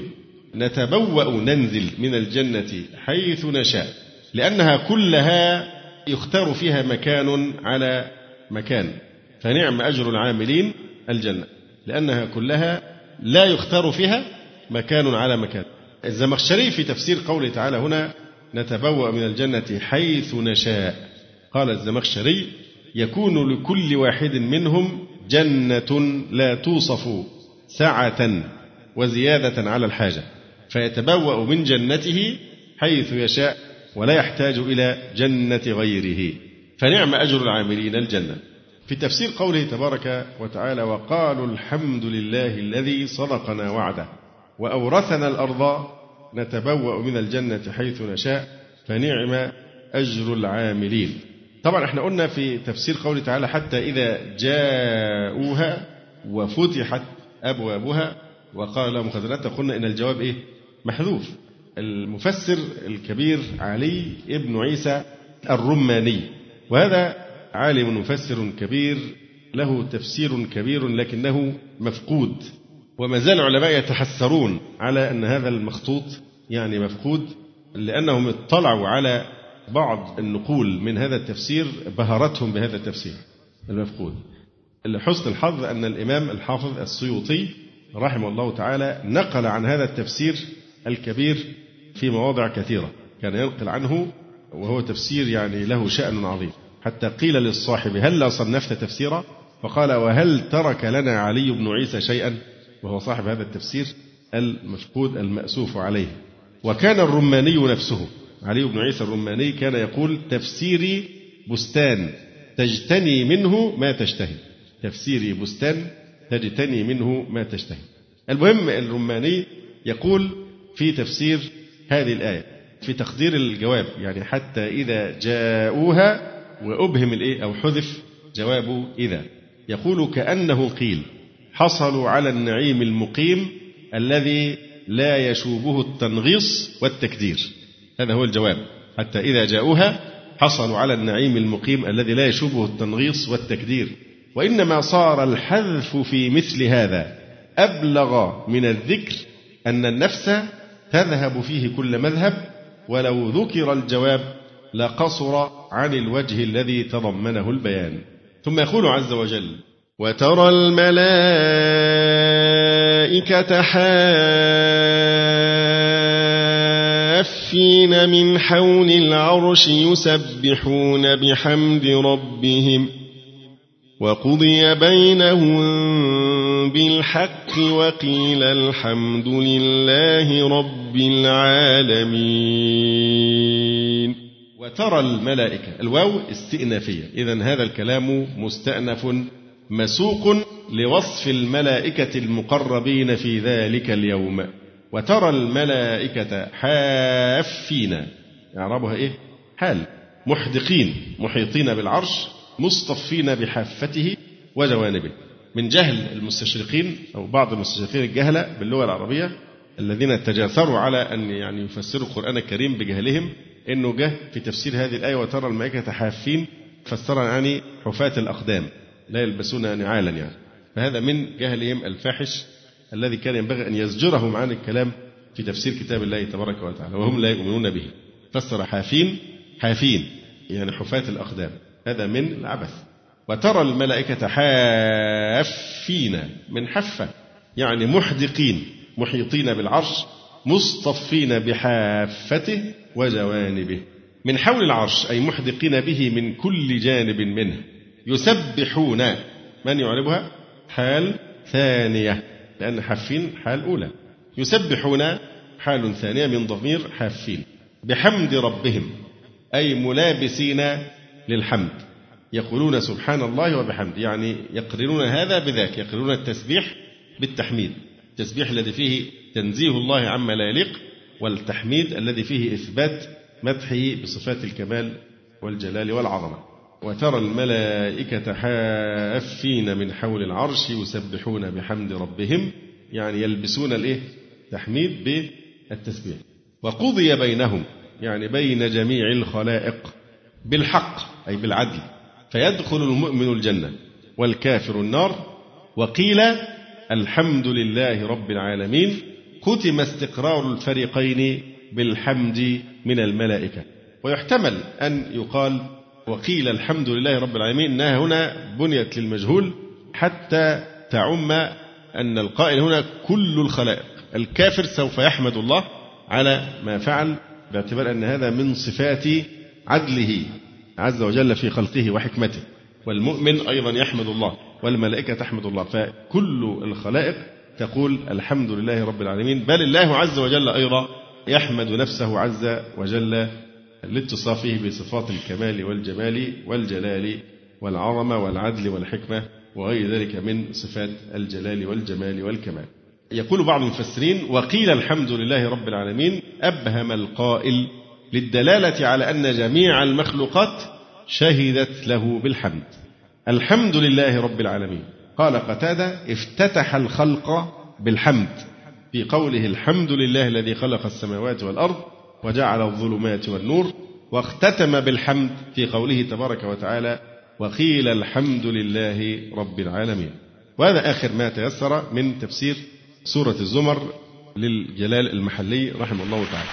نتبوأ ننزل من الجنة حيث نشاء، لأنها كلها يختار فيها مكان على مكان، فنعم أجر العاملين الجنة، لأنها كلها لا يختار فيها مكان على مكان. الزمخشري في تفسير قوله تعالى هنا نتبوأ من الجنة حيث نشاء، قال الزمخشري يكون لكل واحد منهم جنة لا توصف سعة وزيادة على الحاجة، فيتبوأ من جنته حيث يشاء ولا يحتاج إلى جنة غيره، فنعم أجر العاملين الجنة. في تفسير قوله تبارك وتعالى وقالوا الحمد لله الذي صدقنا وعده وأورثنا الأرض نتبوأ من الجنة حيث نشاء فنعم أجر العاملين. طبعا احنا قلنا في تفسير قوله تعالى حتى إذا جاءوها وفتحت أبوابها وقال لهم خزنتها، قلنا إن الجواب محذوف. المفسر الكبير علي ابن عيسى الرماني، وهذا عالم مفسر كبير له تفسير كبير لكنه مفقود، وما زال العلماء يتحسرون على أن هذا المخطوط مفقود، لأنهم اطلعوا على بعض النقول من هذا التفسير بهرتهم بهذا التفسير المفقود. لحسن الحظ أن الإمام الحافظ السيوطي رحمه الله تعالى نقل عن هذا التفسير الكبير في مواضع كثيرة، كان ينقل عنه وهو تفسير له شأن عظيم، حتى قيل للصاحب هل صنفت تفسيرا؟ فقال وهل ترك لنا علي بن عيسى شيئا؟ وهو صاحب هذا التفسير المفقود المأسوف عليه. وكان الرماني نفسه علي بن عيسى الرماني كان يقول تفسيري بستان تجتني منه ما تشتهي، تفسيري بستان تجتني منه ما تشتهي. المهم الرماني يقول في تفسير هذه الآية في تقدير الجواب حتى إذا جاءوها وأبهم أو حذف جواب إذا، يقول كأنه قيل حصلوا على النعيم المقيم الذي لا يشوبه التنغيص والتكدير. هذا هو الجواب. حتى إذا جاءوها حصلوا على النعيم المقيم الذي لا يشوبه التنغيص والتكدير. وإنما صار الحذف في مثل هذا أبلغ من الذكر، أن النفس تذهب فيه كل مذهب، ولو ذكر الجواب لقصر عن الوجه الذي تضمنه البيان. ثم يقول عز وجل: وترى الملائكة حافين من حول العرش يسبحون بحمد ربهم وقضي بينهم بالحق وقيل الحمد لله رب العالمين. وترى الملائكة، الواو استئنافية، إذن هذا الكلام مستأنف مسوق لوصف الملائكة المقربين في ذلك اليوم. وترى الملائكة حافين، إعرابها إيه؟ حال، محدقين محيطين بالعرش، مصطفين بحافته وجوانبه. من جهل المستشرقين أو بعض المستشرقين الجهلة باللغة العربية الذين تجاثروا على أن يفسروا القرآن الكريم بجهلهم، إنه جه في تفسير هذه الآية وترى الملائكة حافين فسرها حفاة الأقدام لا يلبسون نعالا فهذا من جهلهم الفاحش الذي كان ينبغي أن يزجرهم عن الكلام في تفسير كتاب الله تبارك وتعالى وهم لا يؤمنون به. فسر حافين حفاة الأقدام، هذا من العبث. وترى الملائكة حافين من حفة، محدقين محيطين بالعرش، مصطفين بحافته وجوانبه. من حول العرش أي محدقين به من كل جانب منه. يسبحون، من يعربها؟ حال ثانية، لأن حافين حال أولى. يسبحون حال ثانية من ضمير حافين. بحمد ربهم أي ملابسين للحمد، يقولون سبحان الله وبحمد، يقرنون هذا بذاك، يقرنون التسبيح بالتحميد. التسبيح الذي فيه تنزيه الله عما لا يليق، والتحميد الذي فيه إثبات مدحه بصفات الكمال والجلال والعظمة. وترى الملائكة حافين من حول العرش يسبحون بحمد ربهم، يلبسون التحميد بالتسبيح. وقضي بينهم بين جميع الخلائق بالحق أي بالعدل، فيدخل المؤمن الجنة والكافر النار. وقيل الحمد لله رب العالمين، ختم استقرار الفريقين بالحمد من الملائكة. ويحتمل أن يقال وقيل الحمد لله رب العالمين، إنها هنا بنيت للمجهول حتى تعم أن القائل هنا كل الخلائق. الكافر سوف يحمد الله على ما فعل باعتبار أن هذا من صفات عدله عز وجل في خلقه وحكمته، والمؤمن أيضا يحمد الله والملائكة تحمد الله، فكل الخلائق تقول الحمد لله رب العالمين. بل الله عز وجل أيضا يحمد نفسه عز وجل لاتصافه بصفات الكمال والجمال والجلال والعظمة والعدل والحكمة وغير ذلك من صفات الجلال والجمال والكمال. يقول بعض المفسرين وقيل الحمد لله رب العالمين أبهم القائل للدلالة على أن جميع المخلوقات شهدت له بالحمد. الحمد لله رب العالمين. قال قتادة افتتح الخلق بالحمد في قوله الحمد لله الذي خلق السماوات والأرض وجعل الظلمات والنور، واختتم بالحمد في قوله تبارك وتعالى وقيل الحمد لله رب العالمين. وهذا آخر ما تيسر من تفسير سورة الزمر للجلال المحلي رحمه الله تعالى.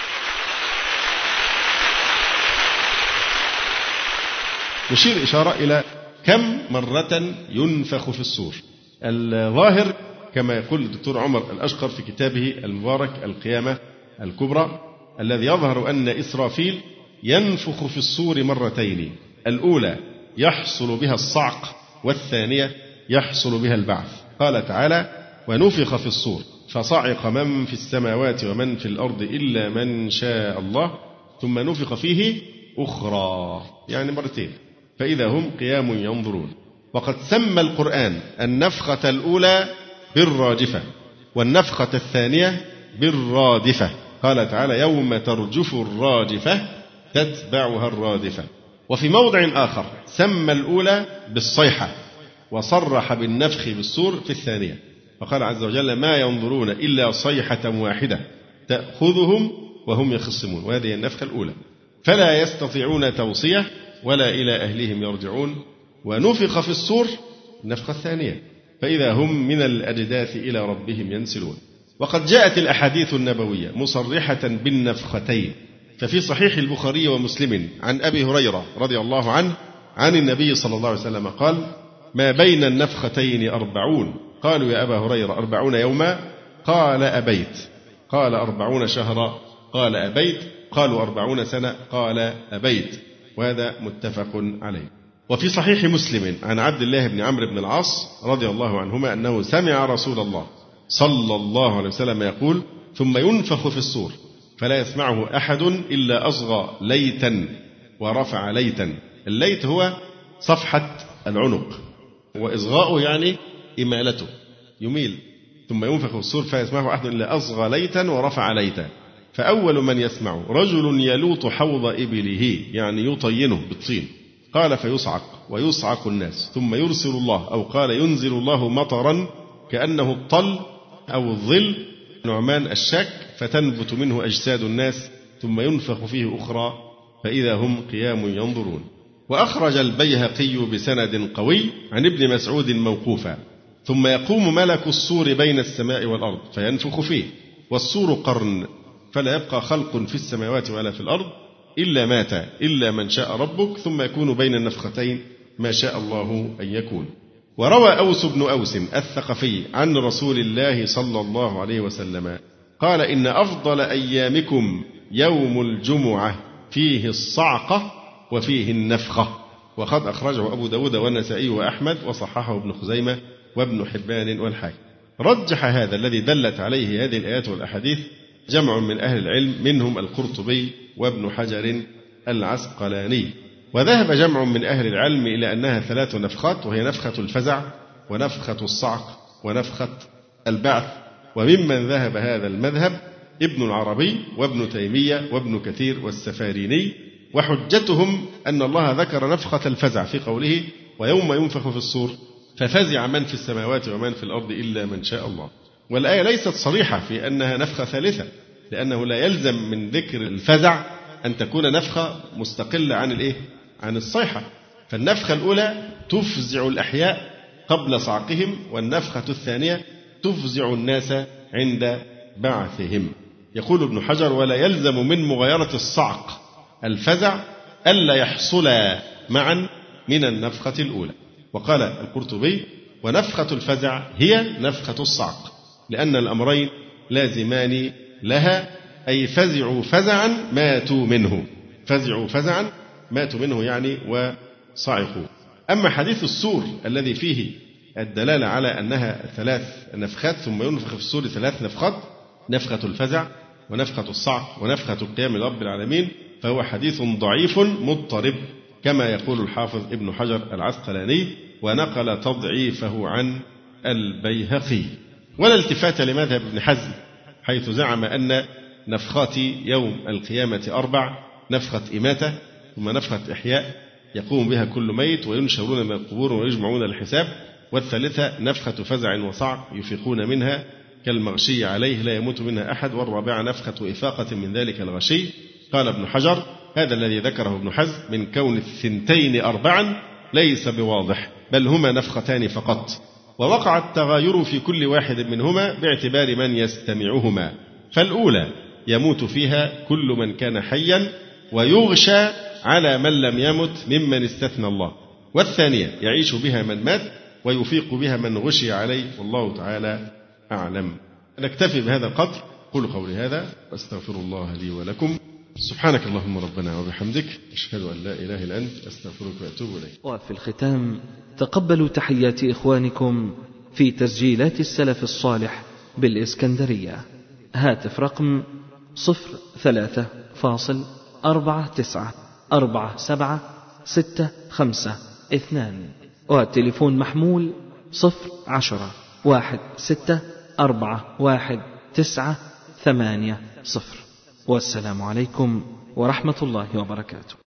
نشير إشارة إلى كم مرة ينفخ في الصور. الظاهر كما يقول الدكتور عمر الأشقر في كتابه المبارك القيامة الكبرى الذي يظهر أن إسرافيل ينفخ في الصور مرتين، الأولى يحصل بها الصعق والثانية يحصل بها البعث. قال تعالى ونفخ في الصور فصعق من في السماوات ومن في الأرض إلا من شاء الله ثم نفخ فيه أخرى، مرتين، فإذا هم قيام ينظرون. وقد سمى القرآن النفخة الأولى بالراجفة والنفخة الثانية بالرادفة. قال تعالى يوم ترجف الراجفة تتبعها الرادفة. وفي موضع آخر سمى الأولى بالصيحة وصرح بالنفخ بالصور في الثانية، فقال عز وجل: ما ينظرون إلا صيحة واحدة تأخذهم وهم يخصمون، وهذه النفخة الأولى، فلا يستطيعون توصية ولا إلى أهلهم يرجعون. ونفخ في الصور النفخة الثانية، فإذا هم من الأجداث إلى ربهم ينسلون. وقد جاءت الأحاديث النبوية مصرحة بالنفختين، ففي صحيح البخاري ومسلم عن أبي هريرة رضي الله عنه عن النبي صلى الله عليه وسلم قال: ما بين النفختين 40. قالوا: يا أبا هريرة 40 يوما؟ قال: أبيت. قال: 40 شهرا؟ قال: أبيت. قالوا: 40 سنة؟ قال: أبيت. وهذا متفق عليه. وفي صحيح مسلم عن عبد الله بن عمرو بن العاص رضي الله عنهما أنه سمع رسول الله صلى الله عليه وسلم يقول: ثم ينفخ في الصور فلا يسمعه أحد إلا أصغى ليتا ورفع ليتا. الليت هو صفحة العنق، وإصغاؤه يعني إمالته، يميل. ثم ينفخ في الصور فلا يسمعه أحد إلا أصغى ليتا ورفع ليتا. فأول من يسمعه رجل يلوط حوض إبله، يعني يطينه بالطين. قال: فيصعق ويصعق الناس، ثم يرسل الله، أو قال ينزل الله مطرا كأنه الطل أو الظل نعمان الشك، فتنبت منه أجساد الناس، ثم ينفخ فيه أخرى فإذا هم قيام ينظرون. وأخرج البيهقي بسند قوي عن ابن مسعود موقوفا: ثم يقوم ملك الصور بين السماء والأرض فينفخ فيه، والصور قرن، فلا يبقى خلق في السماوات ولا في الأرض إلا مات إلا من شاء ربك، ثم يكون بين النفختين ما شاء الله أن يكون. وروى أوس بن أوس الثقفي عن رسول الله صلى الله عليه وسلم قال: إن أفضل أيامكم يوم الجمعة فيه الصعقة وفيه النفخة. وقد أخرجه أبو داود والنسائي وأحمد، وصححه ابن خزيمة وابن حبان والحاكم. رجح هذا الذي دلت عليه هذه الآيات والأحاديث جمع من أهل العلم، منهم القرطبي وابن حجر العسقلاني. وذهب جمع من أهل العلم إلى أنها 3 نفخات، وهي نفخة الفزع ونفخة الصعق ونفخة البعث. وممن ذهب هذا المذهب ابن العربي وابن تيمية وابن كثير والسفاريني، وحجتهم أن الله ذكر نفخة الفزع في قوله: ويوم ينفخ في الصور ففزع من في السماوات ومن في الأرض إلا من شاء الله. والآية ليست صريحة في أنها نفخة ثالثة، لأنه لا يلزم من ذكر الفزع أن تكون نفخة مستقلة عن الصيحة. فالنفخة الأولى تفزع الأحياء قبل صعقهم، والنفخة الثانية تفزع الناس عند بعثهم. يقول ابن حجر: ولا يلزم من مغايرة الصعق الفزع ألا يحصل معا من النفخة الأولى. وقال القرطبي: ونفخة الفزع هي نفخة الصعق، لأن الأمرين لازمان لها، أي فزعوا فزعا ماتوا منه، فزعوا فزعا ماتوا منه يعني وصعقوا. أما حديث الصور الذي فيه الدلالة على أنها 3 نفخات، ثم ينفخ في الصور 3 نفخات، نفخة الفزع ونفخة الصعق ونفخة القيام لرب العالمين، فهو حديث ضعيف مضطرب كما يقول الحافظ ابن حجر العسقلاني، ونقل تضعيفه عن البيهقي. ولا التفات لمذهب ابن حزم حيث زعم أن نفخات يوم القيامة 4: نفخة إماتة، ثم نفخة إحياء يقوم بها كل ميت وينشرون من القبور ويجمعون للحساب، والثالثة نفخة فزع وصعق يفيقون منها كالمغشي عليه لا يموت منها أحد، والرابعة نفخة إفاقة من ذلك الغشي. قال ابن حجر: هذا الذي ذكره ابن حزم من كون 2 4 ليس بواضح، بل هما نفختان فقط، ووقع التغاير في كل واحد منهما باعتبار من يستمعهما. فالأولى يموت فيها كل من كان حيا ويغشى على من لم يمت ممن استثنى الله، والثانية يعيش بها من مات ويفيق بها من غشي عليه، والله تعالى أعلم. نكتفي بهذا القدر. قولوا قولي هذا واستغفر الله لي ولكم. سبحانك اللهم ربنا وبحمدك، أشهد أن لا إله إلا أنت، أستغفرك وأتوب إليك. وفي الختام تقبلوا تحيات إخوانكم في تسجيلات السلف الصالح بالإسكندرية. هاتف رقم 03494765 والتليفون محمول 01016411980. والسلام عليكم ورحمة الله وبركاته.